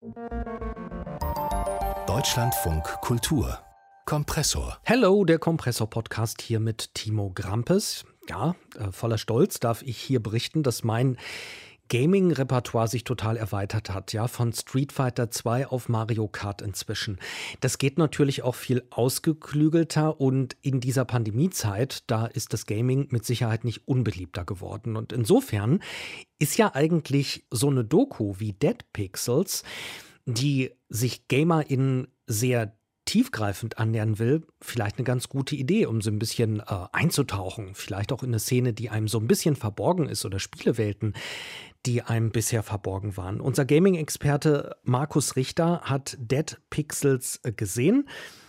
Deutschlandfunk Kultur Kompressor. Hello, der Kompressor-Podcast hier mit Timo Grampes. Ja, voller Stolz darf ich hier berichten, dass mein Gaming-Repertoire sich total erweitert hat, ja, von Street Fighter 2 auf Mario Kart inzwischen. Das geht natürlich auch viel ausgeklügelter und in dieser Pandemiezeit, da ist das Gaming mit Sicherheit nicht unbeliebter geworden. Und insofern ist ja eigentlich so eine Doku wie Dead Pixels, die sich GamerInnen sehr tiefgreifend annähern will, vielleicht eine ganz gute Idee, um so ein bisschen einzutauchen. Vielleicht auch in eine Szene, die einem so ein bisschen verborgen ist oder Spielewelten, die einem bisher verborgen waren. Unser Gaming-Experte Markus Richter hat Dead Pixels gesehen.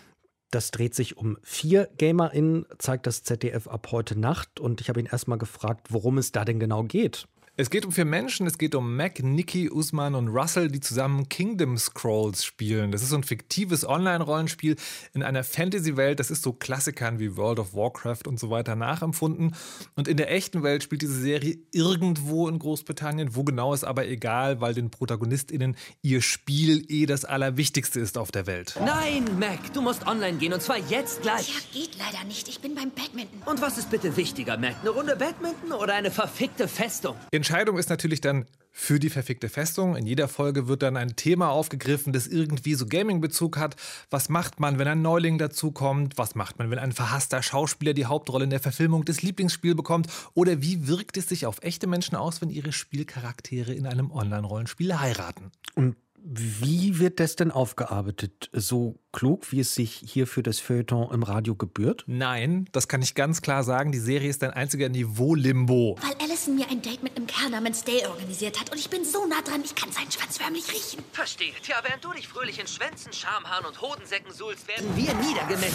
Das dreht sich um 4 GamerInnen, zeigt das ZDF ab heute Nacht. Und ich habe ihn erstmal gefragt, worum es da denn genau geht. Es geht um 4 Menschen, es geht um Mac, Nikki, Usman und Russell, die zusammen Kingdom Scrolls spielen. Das ist so ein fiktives Online-Rollenspiel in einer Fantasy-Welt. Das ist so Klassikern wie World of Warcraft und so weiter nachempfunden. Und in der echten Welt spielt diese Serie irgendwo in Großbritannien. Wo genau ist aber egal, weil den ProtagonistInnen ihr Spiel das Allerwichtigste ist auf der Welt. Nein, Mac, du musst online gehen und zwar jetzt gleich. Ja, geht leider nicht. Ich bin beim Badminton. Und was ist bitte wichtiger, Mac? Eine Runde Badminton oder eine verfickte Festung? Die Entscheidung ist natürlich dann für die verfickte Festung. In jeder Folge wird dann ein Thema aufgegriffen, das irgendwie so Gaming-Bezug hat. Was macht man, wenn ein Neuling dazukommt? Was macht man, wenn ein verhasster Schauspieler die Hauptrolle in der Verfilmung des Lieblingsspiels bekommt? Oder wie wirkt es sich auf echte Menschen aus, wenn ihre Spielcharaktere in einem Online-Rollenspiel heiraten? Und wie wird das denn aufgearbeitet? So klug, wie es sich hier für das Feuilleton im Radio gebührt? Nein, das kann ich ganz klar sagen. Die Serie ist ein einziger Niveau-Limbo. Weil Allison mir ein Date mit einem Kerl namens Dale organisiert hat und ich bin so nah dran, ich kann seinen Schwanz förmlich riechen. Verstehe. Tja, während du dich fröhlich in Schwänzen, Schamhaaren und Hodensäcken suhlst, werden wir niedergemetzelt.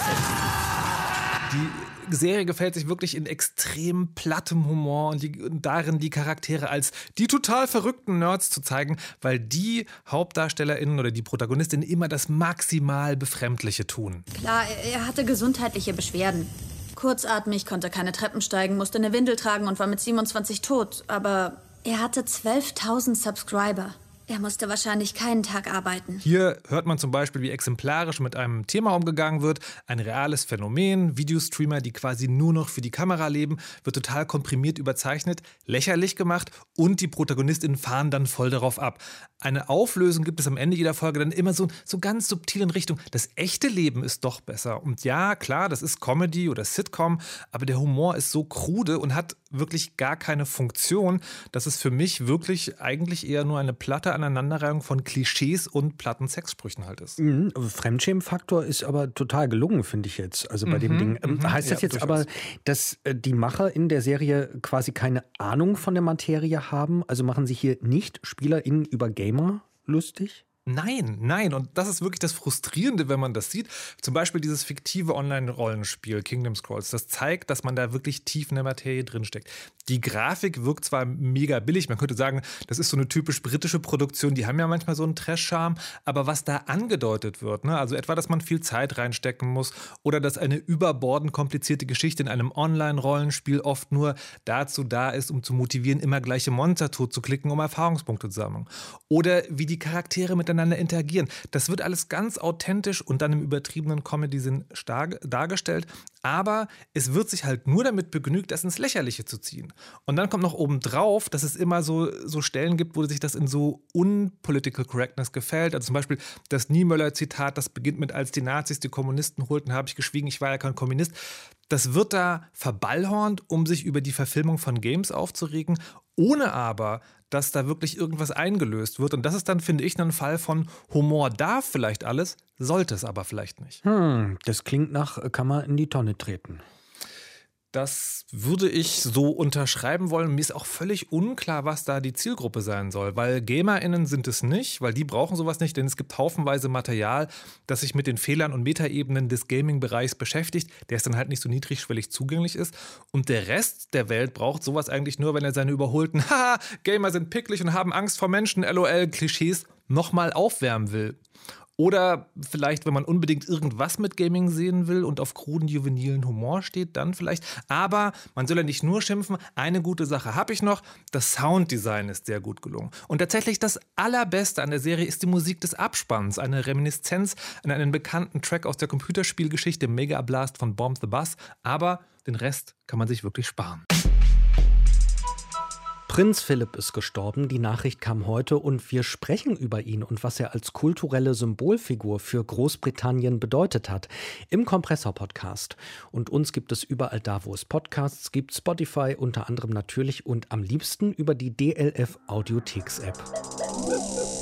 Die Serie gefällt sich wirklich in extrem plattem Humor und darin, die Charaktere als die total verrückten Nerds zu zeigen, weil die HauptdarstellerInnen oder die ProtagonistInnen immer das maximal Befremdliche tun. Klar, er hatte gesundheitliche Beschwerden. Kurzatmig, konnte keine Treppen steigen, musste eine Windel tragen und war mit 27 tot. Aber er hatte 12.000 Subscriber. Er musste wahrscheinlich keinen Tag arbeiten. Hier hört man zum Beispiel, wie exemplarisch mit einem Thema umgegangen wird. Ein reales Phänomen, Videostreamer, die quasi nur noch für die Kamera leben, wird total komprimiert überzeichnet, lächerlich gemacht und die ProtagonistInnen fahren dann voll darauf ab. Eine Auflösung gibt es am Ende jeder Folge dann immer so ganz subtil in Richtung, das echte Leben ist doch besser. Und ja, klar, das ist Comedy oder Sitcom, aber der Humor ist so krude und hat wirklich gar keine Funktion, dass es für mich wirklich eigentlich eher nur eine platte Aneinanderreihung von Klischees und platten Sexsprüchen halt ist. Fremdschämen-Faktor ist aber total gelungen, finde ich jetzt. Also bei dem Ding. Heißt das jetzt durchaus. aber, dass die Macher in der Serie quasi keine Ahnung von der Materie haben? Also machen sich hier nicht SpielerInnen über Gamer lustig? Nein. Und das ist wirklich das Frustrierende, wenn man das sieht. Zum Beispiel dieses fiktive Online-Rollenspiel Kingdom Scrolls. Das zeigt, dass man da wirklich tief in der Materie drinsteckt. Die Grafik wirkt zwar mega billig. Man könnte sagen, das ist so eine typisch britische Produktion. Die haben ja manchmal so einen Trash-Charme. Aber was da angedeutet wird, ne? Also etwa, dass man viel Zeit reinstecken muss oder dass eine überbordend komplizierte Geschichte in einem Online-Rollenspiel oft nur dazu da ist, um zu motivieren, immer gleiche Monster totzuklicken, um Erfahrungspunkte zu sammeln. Oder wie die Charaktere miteinander interagieren. Das wird alles ganz authentisch und dann im übertriebenen Comedy-Sinn dargestellt. Aber es wird sich halt nur damit begnügt, das ins Lächerliche zu ziehen. Und dann kommt noch obendrauf, dass es immer so Stellen gibt, wo sich das in so unpolitical correctness gefällt. Also zum Beispiel das Niemöller-Zitat, das beginnt mit: Als die Nazis die Kommunisten holten, habe ich geschwiegen, ich war ja kein Kommunist. Das wird da verballhornt, um sich über die Verfilmung von Games aufzuregen, ohne aber, dass da wirklich irgendwas eingelöst wird. Und das ist dann, finde ich, ein Fall von Humor darf vielleicht alles, sollte es aber vielleicht nicht. Das klingt nach, kann man in die Tonne treten. Das würde ich so unterschreiben wollen. Mir ist auch völlig unklar, was da die Zielgruppe sein soll. Weil GamerInnen sind es nicht, weil die brauchen sowas nicht, denn es gibt haufenweise Material, das sich mit den Fehlern und Metaebenen des Gaming-Bereichs beschäftigt, der es dann halt nicht so niedrigschwellig zugänglich ist. Und der Rest der Welt braucht sowas eigentlich nur, wenn er seine überholten Gamer sind picklig und haben Angst vor Menschen, LOL-Klischees nochmal aufwärmen will. Oder vielleicht, wenn man unbedingt irgendwas mit Gaming sehen will und auf kruden, juvenilen Humor steht, dann vielleicht. Aber man soll ja nicht nur schimpfen. Eine gute Sache habe ich noch. Das Sounddesign ist sehr gut gelungen. Und tatsächlich das Allerbeste an der Serie ist die Musik des Abspanns. Eine Reminiszenz an einen bekannten Track aus der Computerspielgeschichte Mega Blast von Bomb the Bus. Aber den Rest kann man sich wirklich sparen. Prinz Philipp ist gestorben, die Nachricht kam heute und wir sprechen über ihn und was er als kulturelle Symbolfigur für Großbritannien bedeutet hat im Kompressor-Podcast. Und uns gibt es überall da, wo es Podcasts gibt, Spotify unter anderem natürlich und am liebsten über die DLF Audiotheks-App.